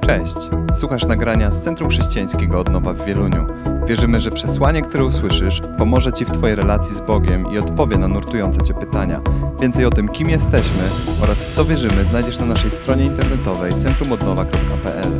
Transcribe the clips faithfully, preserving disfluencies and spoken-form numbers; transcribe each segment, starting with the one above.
Cześć! Słuchasz nagrania z Centrum Chrześcijańskiego Odnowa w Wieluniu. Wierzymy, że przesłanie, które usłyszysz, pomoże Ci w Twojej relacji z Bogiem i odpowie na nurtujące Cię pytania. Więcej o tym, kim jesteśmy oraz w co wierzymy, znajdziesz na naszej stronie internetowej centrum odnowa kropka p l.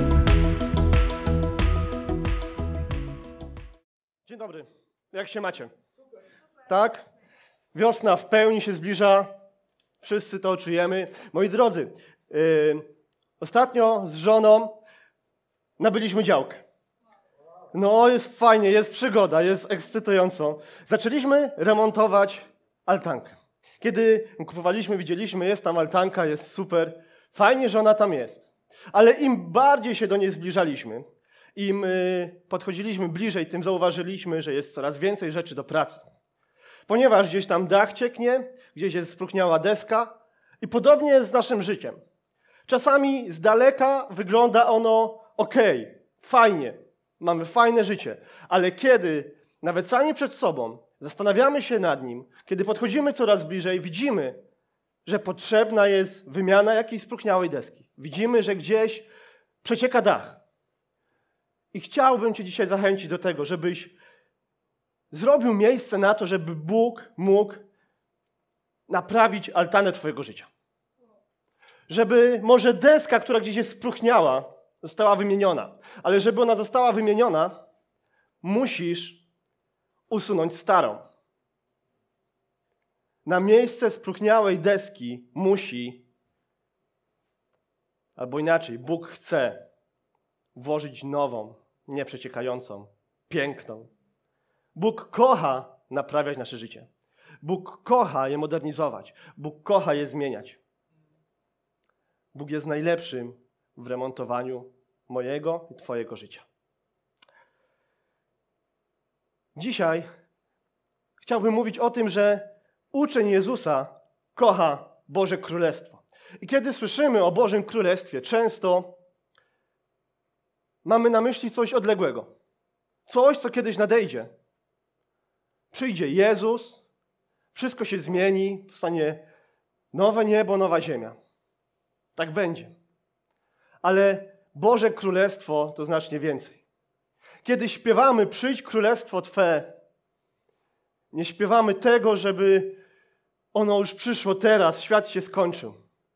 Dzień dobry. Jak się macie? Tak? Wiosna w pełni się zbliża. Wszyscy to czujemy. Moi drodzy, yy, ostatnio z żoną nabyliśmy działkę. No, jest fajnie, jest przygoda, jest ekscytująco. Zaczęliśmy remontować altankę. Kiedy kupowaliśmy, widzieliśmy, jest tam altanka, jest super. Fajnie, że ona tam jest. Ale im bardziej się do niej zbliżaliśmy, im yy, podchodziliśmy bliżej, tym zauważyliśmy, że jest coraz więcej rzeczy do pracy. Ponieważ gdzieś tam dach cieknie, gdzieś jest spróchniała deska i podobnie jest z naszym życiem. Czasami z daleka wygląda ono okej, fajnie, mamy fajne życie, ale kiedy nawet sami przed sobą zastanawiamy się nad nim, kiedy podchodzimy coraz bliżej, widzimy, że potrzebna jest wymiana jakiejś spróchniałej deski. Widzimy, że gdzieś przecieka dach. I chciałbym Cię dzisiaj zachęcić do tego, żebyś zrobił miejsce na to, żeby Bóg mógł naprawić altanę Twojego życia. Żeby może deska, która gdzieś jest spróchniała, została wymieniona. Ale żeby ona została wymieniona, musisz usunąć starą. Na miejsce spróchniałej deski musi, albo inaczej, Bóg chce włożyć nową, nieprzeciekającą, piękną. Bóg kocha naprawiać nasze życie. Bóg kocha je modernizować. Bóg kocha je zmieniać. Bóg jest najlepszym w remontowaniu mojego i Twojego życia. Dzisiaj chciałbym mówić o tym, że uczeń Jezusa kocha Boże Królestwo. I kiedy słyszymy o Bożym Królestwie, często mamy na myśli coś odległego. Coś, co kiedyś nadejdzie. Przyjdzie Jezus, wszystko się zmieni, stanie nowe niebo, nowa ziemia. Tak będzie. Ale Boże Królestwo to znacznie więcej. Kiedy śpiewamy Przyjdź Królestwo Twe, nie śpiewamy tego, żeby ono już przyszło teraz, świat się skończył.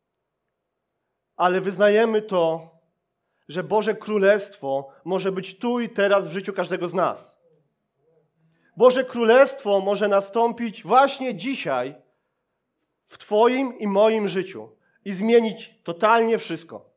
Ale wyznajemy to, że Boże Królestwo może być tu i teraz w życiu każdego z nas. Boże Królestwo może nastąpić właśnie dzisiaj w Twoim i moim życiu i zmienić totalnie wszystko.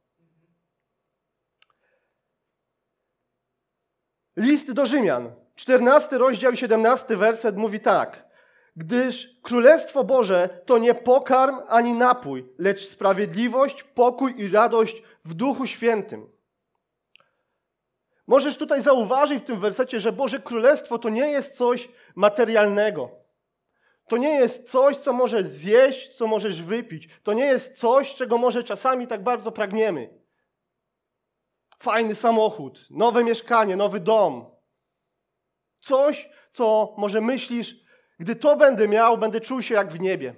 List do Rzymian, czternasty rozdział i siedemnasty werset mówi tak. Gdyż Królestwo Boże to nie pokarm ani napój, lecz sprawiedliwość, pokój i radość w Duchu Świętym. Możesz tutaj zauważyć w tym wersecie, że Boże Królestwo to nie jest coś materialnego. To nie jest coś, co możesz zjeść, co możesz wypić. To nie jest coś, czego może czasami tak bardzo pragniemy. Fajny samochód, nowe mieszkanie, nowy dom. Coś, co może myślisz, gdy to będę miał, będę czuł się jak w niebie.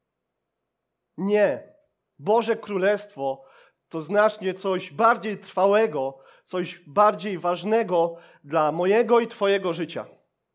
Nie. Boże Królestwo to znacznie coś bardziej trwałego, coś bardziej ważnego dla mojego i Twojego życia.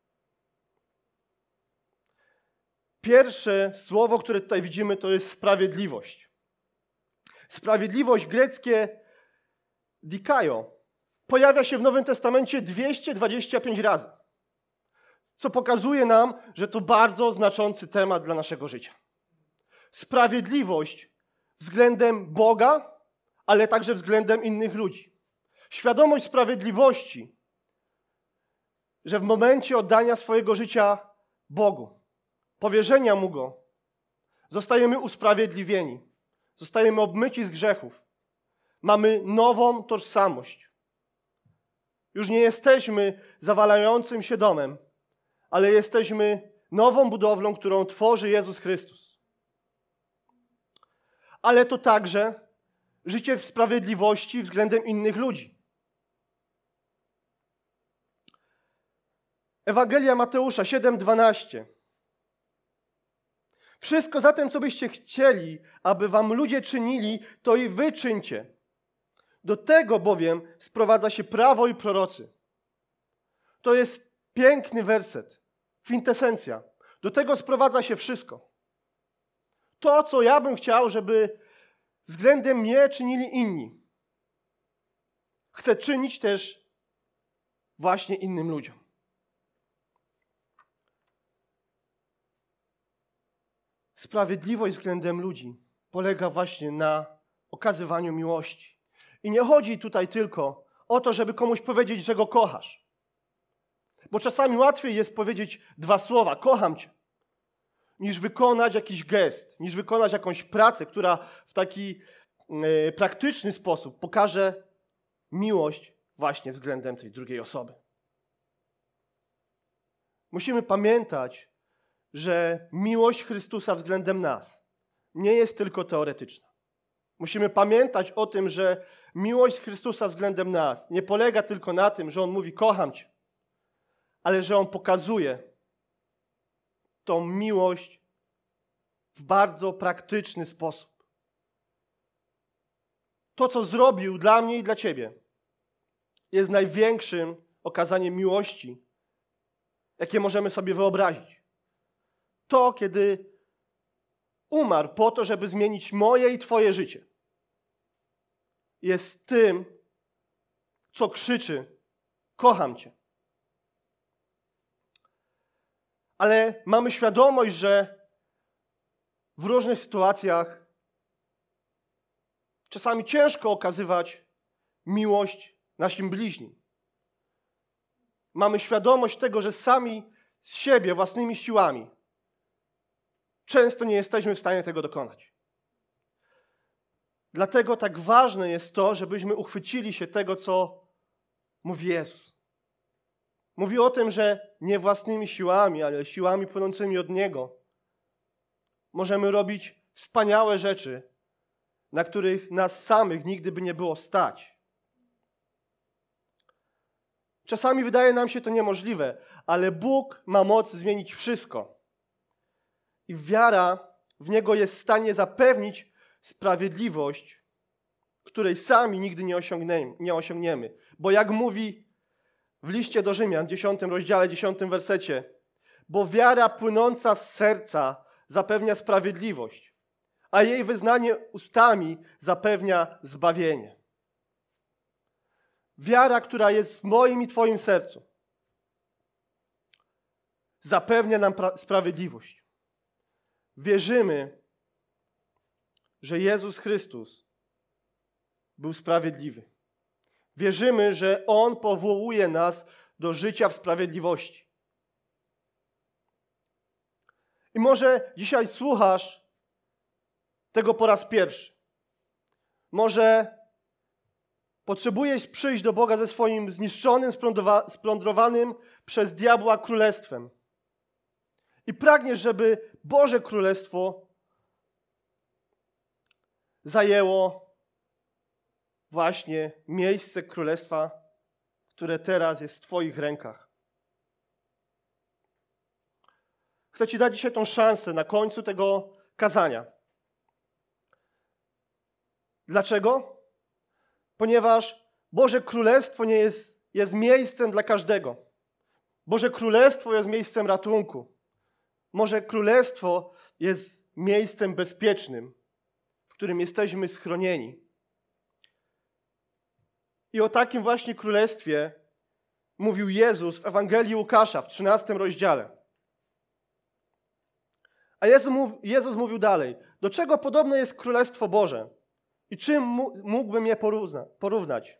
Pierwsze słowo, które tutaj widzimy, to jest sprawiedliwość. Sprawiedliwość greckie dikaio pojawia się w Nowym Testamencie dwieście dwadzieścia pięć razy, co pokazuje nam, że to bardzo znaczący temat dla naszego życia. Sprawiedliwość względem Boga, ale także względem innych ludzi. Świadomość sprawiedliwości, że w momencie oddania swojego życia Bogu, powierzenia Mu Go, zostajemy usprawiedliwieni, zostajemy obmyci z grzechów, mamy nową tożsamość. Już nie jesteśmy zawalającym się domem, ale jesteśmy nową budowlą, którą tworzy Jezus Chrystus. Ale to także życie w sprawiedliwości względem innych ludzi. Ewangelia Mateusza siedem dwanaście. Wszystko zatem, co byście chcieli, aby wam ludzie czynili, to i wy czyńcie. Do tego bowiem sprowadza się prawo i prorocy. To jest piękny werset, kwintesencja. Do tego sprowadza się wszystko. To, co ja bym chciał, żeby względem mnie czynili inni, chcę czynić też właśnie innym ludziom. Sprawiedliwość względem ludzi polega właśnie na okazywaniu miłości. I nie chodzi tutaj tylko o to, żeby komuś powiedzieć, że go kochasz. Bo czasami łatwiej jest powiedzieć dwa słowa, kocham cię, niż wykonać jakiś gest, niż wykonać jakąś pracę, która w taki yy, praktyczny sposób pokaże miłość właśnie względem tej drugiej osoby. Musimy pamiętać, że miłość Chrystusa względem nas nie jest tylko teoretyczna. Musimy pamiętać o tym, że miłość Chrystusa względem nas nie polega tylko na tym, że On mówi kocham cię, ale że On pokazuje tą miłość w bardzo praktyczny sposób. To, co zrobił dla mnie i dla ciebie, jest największym okazaniem miłości, jakie możemy sobie wyobrazić. To, kiedy umarł po to, żeby zmienić moje i twoje życie, jest tym, co krzyczy kocham cię. Ale mamy świadomość, że w różnych sytuacjach czasami ciężko okazywać miłość naszym bliźnim. Mamy świadomość tego, że sami z siebie, własnymi siłami często nie jesteśmy w stanie tego dokonać. Dlatego tak ważne jest to, żebyśmy uchwycili się tego, co mówi Jezus. Mówi o tym, że nie własnymi siłami, ale siłami płynącymi od Niego możemy robić wspaniałe rzeczy, na których nas samych nigdy by nie było stać. Czasami wydaje nam się to niemożliwe, ale Bóg ma moc zmienić wszystko. I wiara w Niego jest w stanie zapewnić sprawiedliwość, której sami nigdy nie osiągniemy. Nie osiągniemy. Bo jak mówi w liście do Rzymian, dziesiątym rozdziale, dziesiątym wersecie, bo wiara płynąca z serca zapewnia sprawiedliwość, a jej wyznanie ustami zapewnia zbawienie. Wiara, która jest w moim i twoim sercu, zapewnia nam pra- sprawiedliwość. Wierzymy, że Jezus Chrystus był sprawiedliwy. Wierzymy, że On powołuje nas do życia w sprawiedliwości. I może dzisiaj słuchasz tego po raz pierwszy. Może potrzebujesz przyjść do Boga ze swoim zniszczonym, splądrowanym przez diabła królestwem. I pragniesz, żeby Boże Królestwo zajęło właśnie miejsce Królestwa, które teraz jest w Twoich rękach. Chcę Ci dać dzisiaj tą szansę na końcu tego kazania. Dlaczego? Ponieważ Boże Królestwo nie jest, jest miejscem dla każdego. Boże Królestwo jest miejscem ratunku. Boże Królestwo jest miejscem bezpiecznym, w którym jesteśmy schronieni. I o takim właśnie królestwie mówił Jezus w Ewangelii Łukasza w trzynastym rozdziale. A Jezus, mów, Jezus mówił dalej, do czego podobne jest Królestwo Boże i czym mógłbym je porówna, porównać?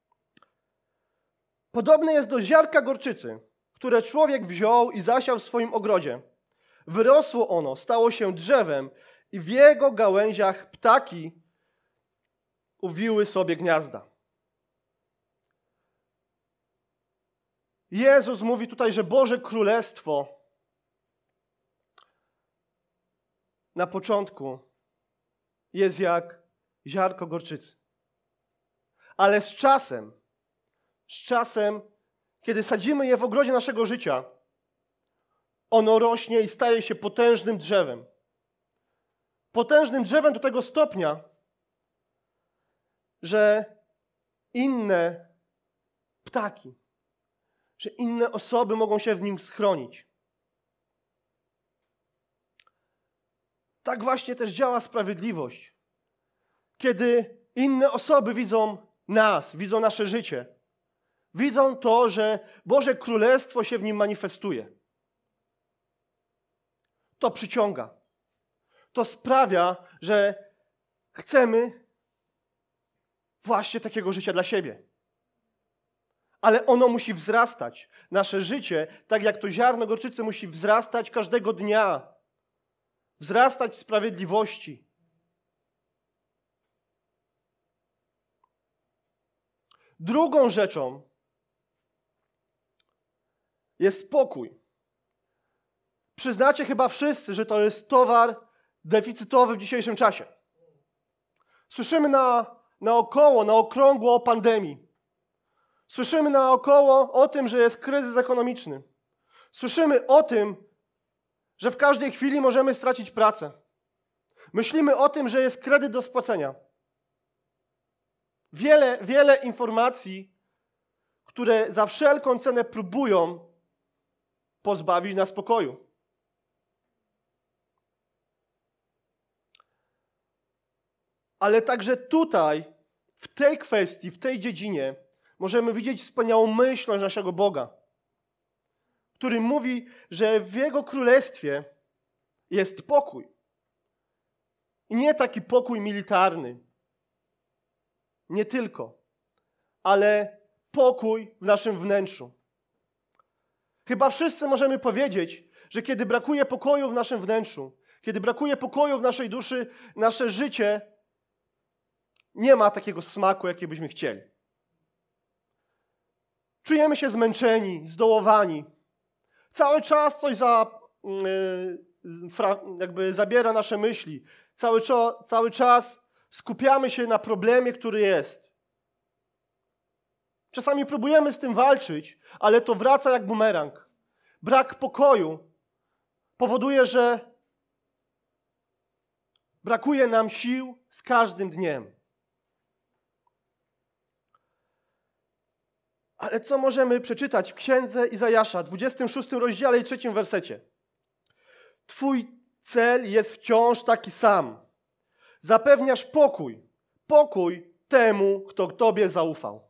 Podobne jest do ziarka gorczycy, które człowiek wziął i zasiał w swoim ogrodzie. Wyrosło ono, stało się drzewem i w jego gałęziach ptaki uwiły sobie gniazda. Jezus mówi tutaj, że Boże Królestwo na początku jest jak ziarko gorczycy. Ale z czasem, z czasem, kiedy sadzimy je w ogrodzie naszego życia, ono rośnie i staje się potężnym drzewem. Potężnym drzewem do tego stopnia, że inne ptaki, że inne osoby mogą się w nim schronić. Tak właśnie też działa sprawiedliwość. Kiedy inne osoby widzą nas, widzą nasze życie, widzą to, że Boże Królestwo się w nim manifestuje. To przyciąga. To sprawia, że chcemy właśnie takiego życia dla siebie. Ale ono musi wzrastać. Nasze życie, tak jak to ziarno gorczycy, musi wzrastać każdego dnia. Wzrastać w sprawiedliwości. Drugą rzeczą jest pokój. Przyznacie chyba wszyscy, że to jest towar deficytowy w dzisiejszym czasie. Słyszymy na, naokoło, na okrągło o pandemii. Słyszymy naokoło o tym, że jest kryzys ekonomiczny. Słyszymy o tym, że w każdej chwili możemy stracić pracę. Myślimy o tym, że jest kredyt do spłacenia. Wiele, wiele informacji, które za wszelką cenę próbują pozbawić nas spokoju. Ale także tutaj, w tej kwestii, w tej dziedzinie, możemy widzieć wspaniałą myślność naszego Boga, który mówi, że w Jego Królestwie jest pokój. I nie taki pokój militarny, nie tylko, ale pokój w naszym wnętrzu. Chyba wszyscy możemy powiedzieć, że kiedy brakuje pokoju w naszym wnętrzu, kiedy brakuje pokoju w naszej duszy, nasze życie nie ma takiego smaku, jaki byśmy chcieli. Czujemy się zmęczeni, zdołowani. Cały czas coś za, yy, fra, jakby zabiera nasze myśli. Cały, czo, cały czas skupiamy się na problemie, który jest. Czasami próbujemy z tym walczyć, ale to wraca jak bumerang. Brak pokoju powoduje, że brakuje nam sił z każdym dniem. Ale co możemy przeczytać w księdze Izajasza, dwudziestym szóstym rozdziale i trzecim wersecie? Twój cel jest wciąż taki sam. Zapewniasz pokój, pokój temu, kto Tobie zaufał.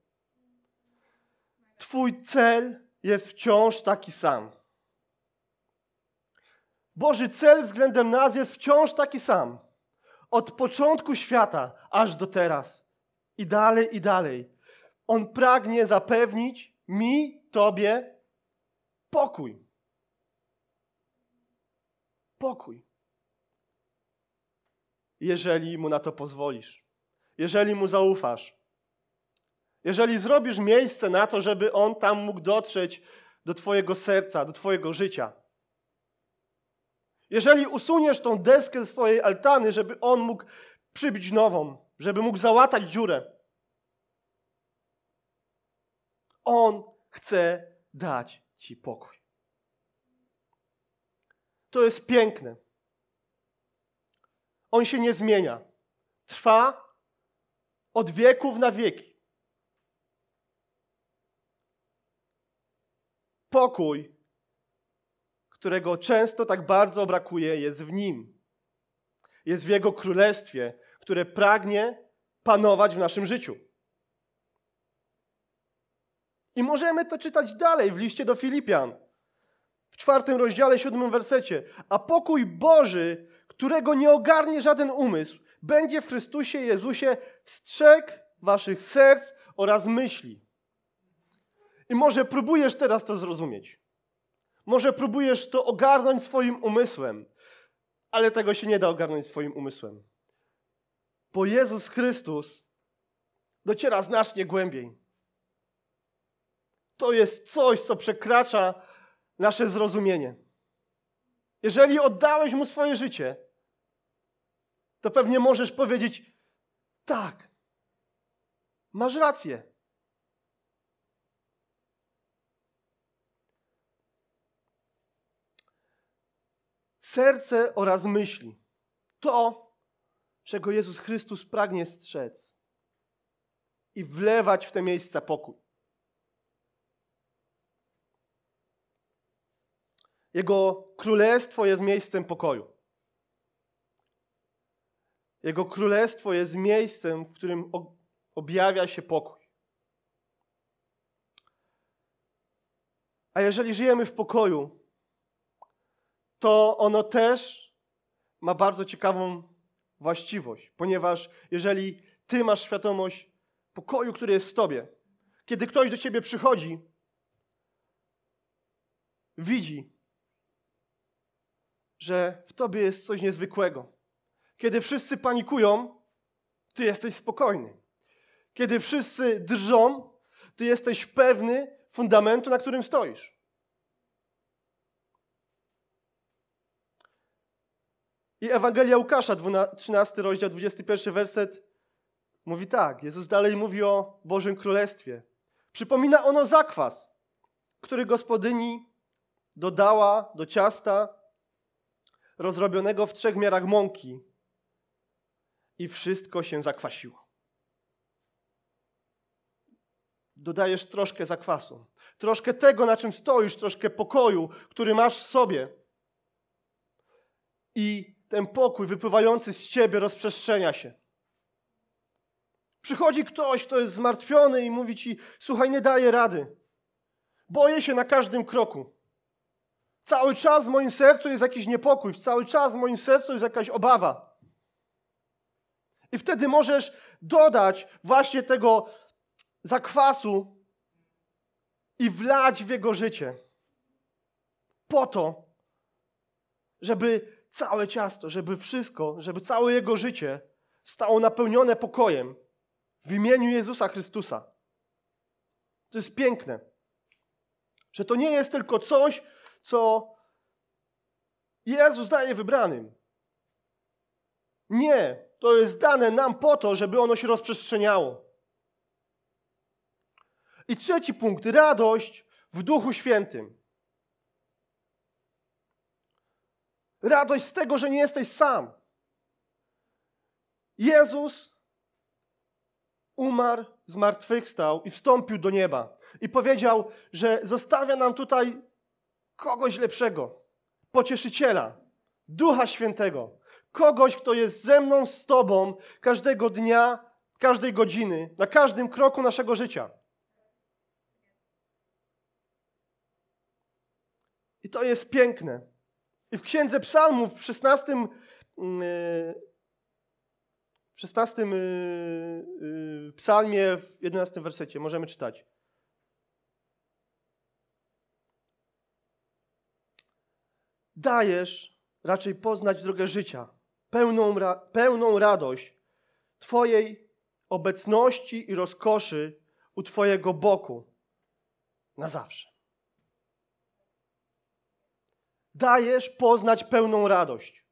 Twój cel jest wciąż taki sam. Boży cel względem nas jest wciąż taki sam. Od początku świata aż do teraz. I dalej, i dalej. On pragnie zapewnić mi, Tobie pokój. Pokój. Jeżeli Mu na to pozwolisz. Jeżeli Mu zaufasz. Jeżeli zrobisz miejsce na to, żeby On tam mógł dotrzeć do Twojego serca, do Twojego życia. Jeżeli usuniesz tą deskę ze swojej altany, żeby On mógł przybić nową, żeby mógł załatać dziurę. On chce dać Ci pokój. To jest piękne. On się nie zmienia. Trwa od wieków na wieki. Pokój, którego często tak bardzo brakuje, jest w Nim. Jest w Jego Królestwie, które pragnie panować w naszym życiu. I możemy to czytać dalej w liście do Filipian. W czwartym rozdziale, siódmym wersecie. A pokój Boży, którego nie ogarnie żaden umysł, będzie w Chrystusie Jezusie strzegł waszych serc oraz myśli. I może próbujesz teraz to zrozumieć. Może próbujesz to ogarnąć swoim umysłem, ale tego się nie da ogarnąć swoim umysłem. Bo Jezus Chrystus dociera znacznie głębiej. To jest coś, co przekracza nasze zrozumienie. Jeżeli oddałeś Mu swoje życie, to pewnie możesz powiedzieć, tak, masz rację. Serce oraz myśli. To, czego Jezus Chrystus pragnie strzec. i wlewać w te miejsca pokój. Jego królestwo jest miejscem pokoju. Jego królestwo jest miejscem, w którym objawia się pokój. A jeżeli żyjemy w pokoju, to ono też ma bardzo ciekawą właściwość, ponieważ jeżeli ty masz świadomość pokoju, który jest w tobie, kiedy ktoś do ciebie przychodzi, widzi, że w tobie jest coś niezwykłego. Kiedy wszyscy panikują, ty jesteś spokojny. Kiedy wszyscy drżą, ty jesteś pewny fundamentu, na którym stoisz. I Ewangelia Łukasza, trzynasty rozdział, dwudziesty pierwszy werset mówi tak. Jezus dalej mówi o Bożym Królestwie. Przypomina ono zakwas, który gospodyni dodała do ciasta rozrobionego w trzech miarach mąki i wszystko się zakwasiło. Dodajesz troszkę zakwasu, troszkę tego, na czym stoisz, troszkę pokoju, który masz w sobie. I ten pokój wypływający z ciebie rozprzestrzenia się. Przychodzi ktoś, kto jest zmartwiony i mówi ci, słuchaj, nie daję rady. Boję się na każdym kroku. Cały czas w moim sercu jest jakiś niepokój, cały czas w moim sercu jest jakaś obawa. I wtedy możesz dodać właśnie tego zakwasu i wlać w jego życie. Po to, żeby całe ciasto, żeby wszystko, żeby całe jego życie stało napełnione pokojem w imieniu Jezusa Chrystusa. To jest piękne, że to nie jest tylko coś, co Jezus daje wybranym. Nie, to jest dane nam po to, żeby ono się rozprzestrzeniało. I trzeci punkt, radość w Duchu Świętym. Radość z tego, że nie jesteś sam. Jezus umarł, zmartwychwstał i wstąpił do nieba. I powiedział, że zostawia nam tutaj kogoś lepszego, pocieszyciela, Ducha Świętego. Kogoś, kto jest ze mną, z tobą każdego dnia, każdej godziny, na każdym kroku naszego życia. I to jest piękne. I w Księdze Psalmów w szesnastym, w szesnastym psalmie, w jedenastym wersecie możemy czytać. Dajesz raczej poznać drogę życia, pełną, ra, pełną radość Twojej obecności i rozkoszy u Twojego boku na zawsze. Dajesz poznać pełną radość.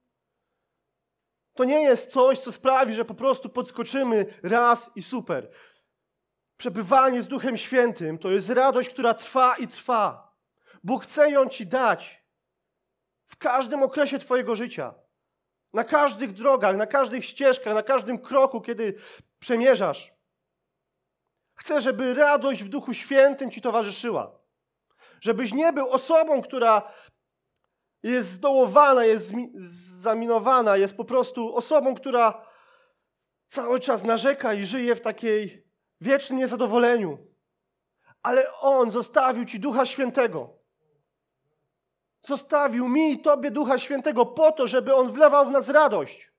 To nie jest coś, co sprawi, że po prostu podskoczymy raz i super. Przebywanie z Duchem Świętym to jest radość, która trwa i trwa. Bóg chce ją Ci dać w każdym okresie Twojego życia. Na każdych drogach, na każdych ścieżkach, na każdym kroku, kiedy przemierzasz. Chcę, żeby radość w Duchu Świętym Ci towarzyszyła. Żebyś nie był osobą, która jest zdołowana, jest zaminowana, jest po prostu osobą, która cały czas narzeka i żyje w takiej wiecznym niezadowoleniu. Ale On zostawił Ci Ducha Świętego. Zostawił mi i Tobie Ducha Świętego po to, żeby On wlewał w nas radość.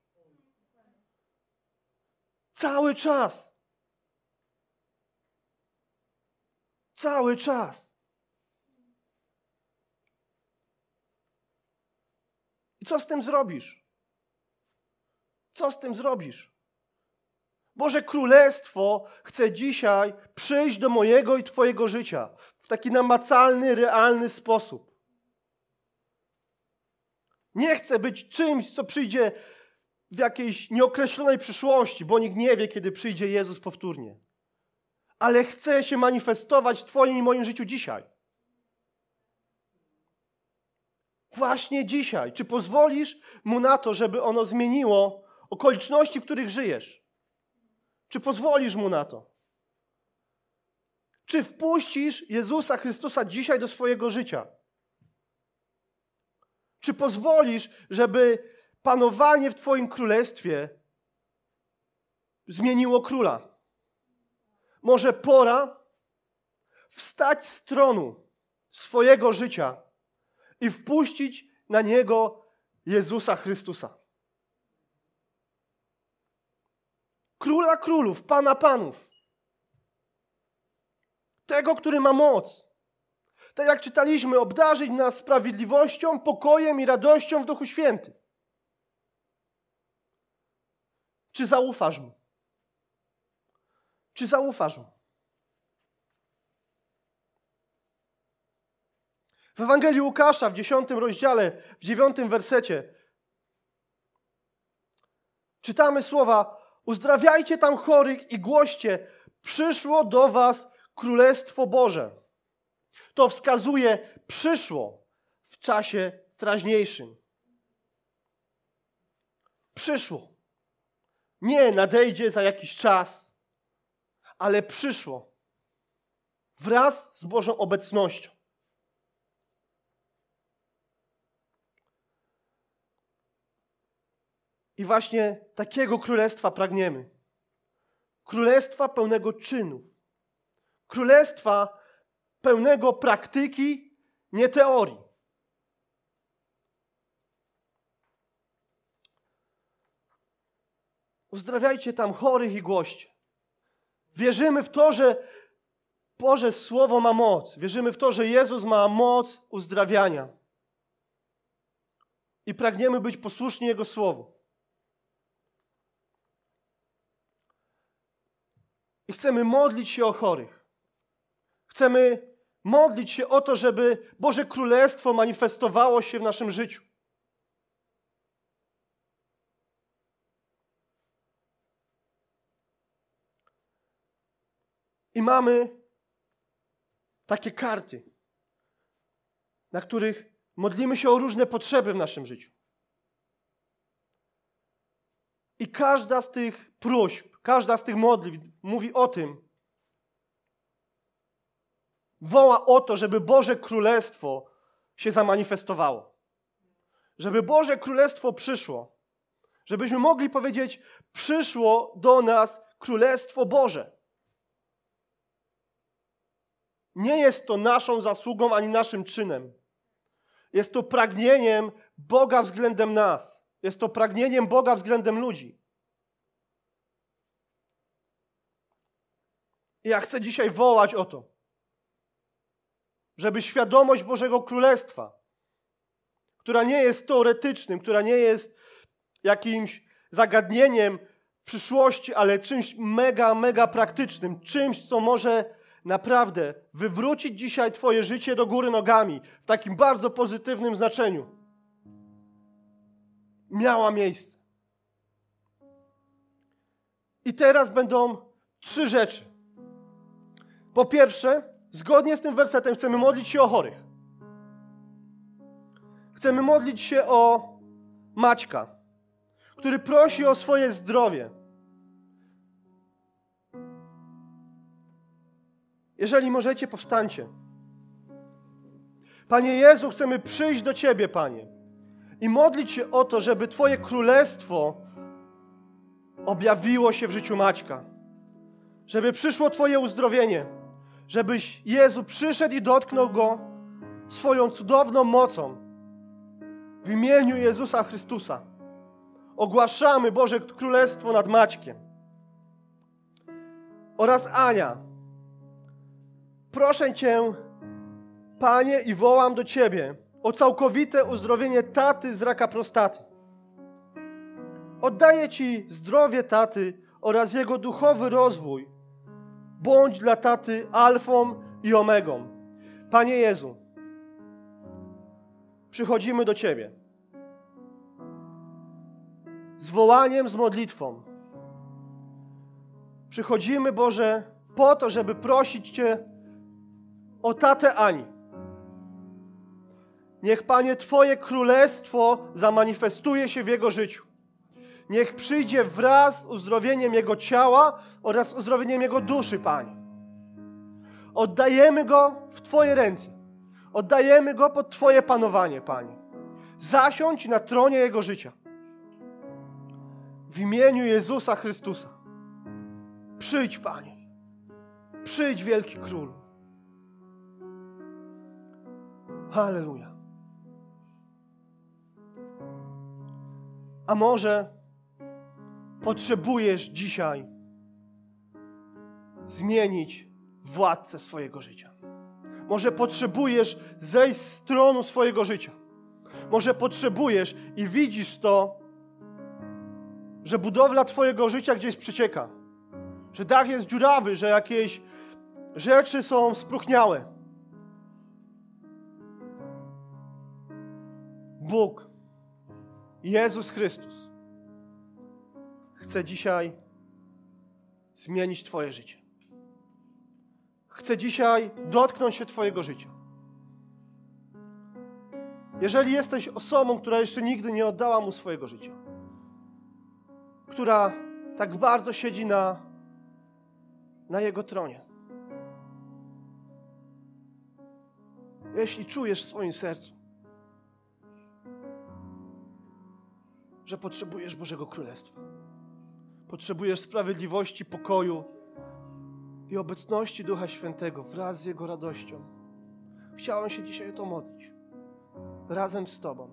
Cały czas. Cały czas. I co z tym zrobisz? Co z tym zrobisz? Boże Królestwo chce dzisiaj przyjść do mojego i Twojego życia w taki namacalny, realny sposób. Nie chcę być czymś, co przyjdzie w jakiejś nieokreślonej przyszłości, bo nikt nie wie, kiedy przyjdzie Jezus powtórnie. Ale chcę się manifestować w Twoim i moim życiu dzisiaj. Właśnie dzisiaj. Czy pozwolisz Mu na to, żeby ono zmieniło okoliczności, w których żyjesz? Czy pozwolisz Mu na to? Czy wpuścisz Jezusa Chrystusa dzisiaj do swojego życia? Czy pozwolisz, żeby panowanie w Twoim królestwie zmieniło króla? Może pora wstać z tronu swojego życia i wpuścić na niego Jezusa Chrystusa. Króla królów, Pana panów. Tego, który ma moc. Tak jak czytaliśmy, obdarzyć nas sprawiedliwością, pokojem i radością w Duchu Świętym. Czy zaufasz Mu? Czy zaufasz Mu? W Ewangelii Łukasza w dziesiątym rozdziale, w dziewiątym wersecie czytamy słowa: uzdrawiajcie tam chorych i głoście, przyszło do was Królestwo Boże. To wskazuje przyszło w czasie teraźniejszym. Przyszło. Nie nadejdzie za jakiś czas, ale przyszło. Wraz z Bożą obecnością. I właśnie takiego królestwa pragniemy. Królestwa pełnego czynów. Królestwa pełnego praktyki, nie teorii. Uzdrawiajcie tam chorych i głoście. Wierzymy w to, że Boże Słowo ma moc. Wierzymy w to, że Jezus ma moc uzdrawiania. I pragniemy być posłuszni Jego Słowu. I chcemy modlić się o chorych. Chcemy modlić się o to, żeby Boże Królestwo manifestowało się w naszym życiu. I mamy takie karty, na których modlimy się o różne potrzeby w naszym życiu. I każda z tych próśb, każda z tych modlitw mówi o tym, woła o to, żeby Boże Królestwo się zamanifestowało. Żeby Boże Królestwo przyszło. Żebyśmy mogli powiedzieć, przyszło do nas Królestwo Boże. Nie jest to naszą zasługą ani naszym czynem. Jest to pragnieniem Boga względem nas. Jest to pragnieniem Boga względem ludzi. I ja chcę dzisiaj wołać o to, żeby świadomość Bożego Królestwa, która nie jest teoretycznym, która nie jest jakimś zagadnieniem przyszłości, ale czymś mega, mega praktycznym, czymś, co może naprawdę wywrócić dzisiaj Twoje życie do góry nogami w takim bardzo pozytywnym znaczeniu, miała miejsce. I teraz będą trzy rzeczy. Po pierwsze, zgodnie z tym wersetem chcemy modlić się o chorych. Chcemy modlić się o Maćka, który prosi o swoje zdrowie. Jeżeli możecie, powstańcie. Panie Jezu, chcemy przyjść do Ciebie, Panie, i modlić się o to, żeby Twoje królestwo objawiło się w życiu Maćka. Żeby przyszło Twoje uzdrowienie. Żebyś, Jezu, przyszedł i dotknął go swoją cudowną mocą. W imieniu Jezusa Chrystusa ogłaszamy Boże Królestwo nad Maćkiem. Oraz Ania. Proszę Cię, Panie, i wołam do Ciebie o całkowite uzdrowienie taty z raka prostaty. Oddaję Ci zdrowie taty oraz jego duchowy rozwój. Bądź dla taty alfą i omegą. Panie Jezu, przychodzimy do Ciebie z wołaniem, z modlitwą. Przychodzimy, Boże, po to, żeby prosić Cię o tatę Ani. Niech, Panie, Twoje królestwo zamanifestuje się w jego życiu. niech przyjdzie wraz z uzdrowieniem Jego ciała oraz uzdrowieniem Jego duszy, Panie. Oddajemy Go w Twoje ręce. Oddajemy Go pod Twoje panowanie, Panie. Zasiądź na tronie Jego życia. W imieniu Jezusa Chrystusa. Przyjdź, Panie. Przyjdź, Wielki Królu. Halleluja. A może potrzebujesz dzisiaj zmienić władcę swojego życia. Może potrzebujesz zejść z tronu swojego życia. Może potrzebujesz i widzisz to, że budowla twojego życia gdzieś przecieka. Że dach jest dziurawy, że jakieś rzeczy są spróchniałe. Bóg, Jezus Chrystus chce dzisiaj zmienić twoje życie. Chce dzisiaj dotknąć się twojego życia. Jeżeli jesteś osobą, która jeszcze nigdy nie oddała Mu swojego życia, która tak bardzo siedzi na, na Jego tronie, jeśli czujesz w swoim sercu, że potrzebujesz Bożego Królestwa, potrzebujesz sprawiedliwości, pokoju i obecności Ducha Świętego wraz z Jego radością, chciałem się dzisiaj o to modlić. Razem z Tobą.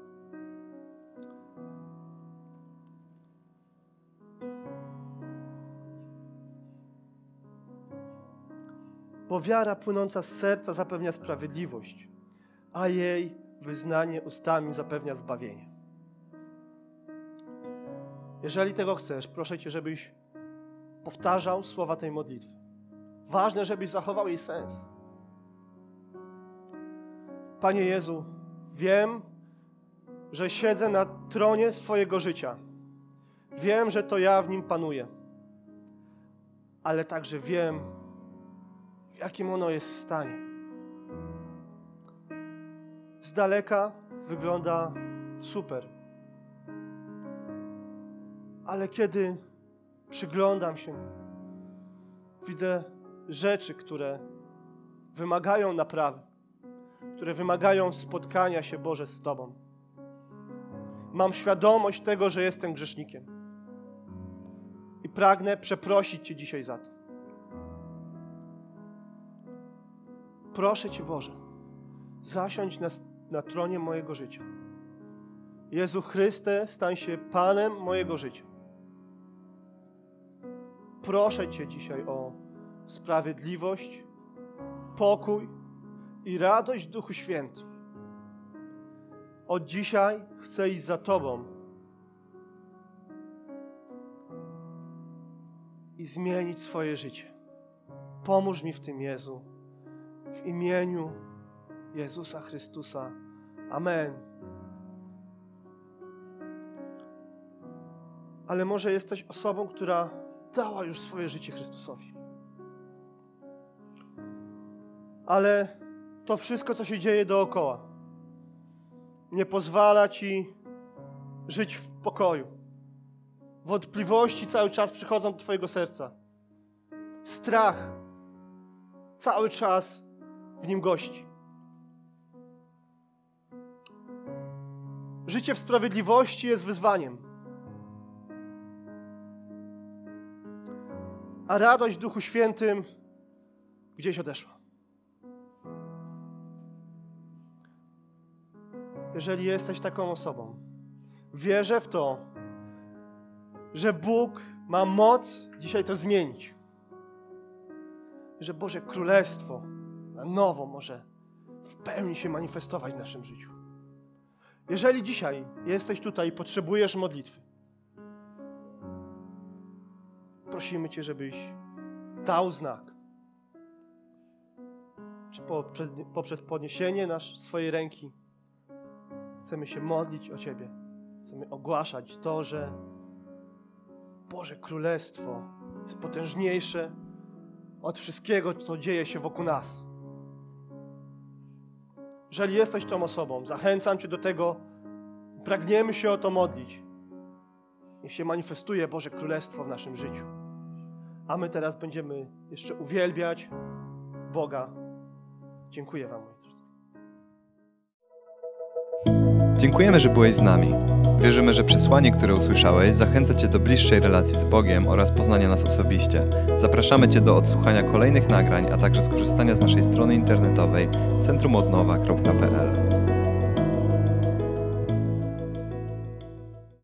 Bo wiara płynąca z serca zapewnia sprawiedliwość, a jej wyznanie ustami zapewnia zbawienie. Jeżeli tego chcesz, proszę Cię, żebyś powtarzał słowa tej modlitwy. Ważne, żebyś zachował jej sens. Panie Jezu, wiem, że siedzę na tronie swojego życia. Wiem, że to ja w nim panuję. Ale także wiem, w jakim ono jest stanie. Z daleka wygląda super. Ale kiedy przyglądam się, widzę rzeczy, które wymagają naprawy, które wymagają spotkania się, Boże, z Tobą. Mam świadomość tego, że jestem grzesznikiem. I pragnę przeprosić Cię dzisiaj za to. Proszę Cię, Boże, zasiądź na, na tronie mojego życia. Jezu Chryste, stań się Panem mojego życia. Proszę Cię dzisiaj o sprawiedliwość, pokój i radość w Duchu Świętym. Od dzisiaj chcę iść za Tobą i zmienić swoje życie. Pomóż mi w tym, Jezu. W imieniu Jezusa Chrystusa. Amen. Ale może jesteś osobą, która dała już swoje życie Chrystusowi. Ale to wszystko, co się dzieje dookoła, nie pozwala Ci żyć w pokoju. Wątpliwości cały czas przychodzą do Twojego serca. Strach cały czas w nim gości. Życie w sprawiedliwości jest wyzwaniem. A radość w Duchu Świętym gdzieś odeszła. Jeżeli jesteś taką osobą, wierzę w to, że Bóg ma moc dzisiaj to zmienić. Że Boże Królestwo na nowo może w pełni się manifestować w naszym życiu. Jeżeli dzisiaj jesteś tutaj i potrzebujesz modlitwy, prosimy Cię, żebyś dał znak. Czy poprzez, poprzez podniesienie nasz, swojej ręki chcemy się modlić o Ciebie. Chcemy ogłaszać to, że Boże Królestwo jest potężniejsze od wszystkiego, co dzieje się wokół nas. Jeżeli jesteś tą osobą, zachęcam Cię do tego, pragniemy się o to modlić. Niech się manifestuje Boże Królestwo w naszym życiu. A my teraz będziemy jeszcze uwielbiać Boga. Dziękuję Wam, moi drodzy. Dziękujemy, że byłeś z nami. Wierzymy, że przesłanie, które usłyszałeś, zachęca Cię do bliższej relacji z Bogiem oraz poznania nas osobiście. Zapraszamy Cię do odsłuchania kolejnych nagrań, a także skorzystania z naszej strony internetowej centrum odnowa kropka p l.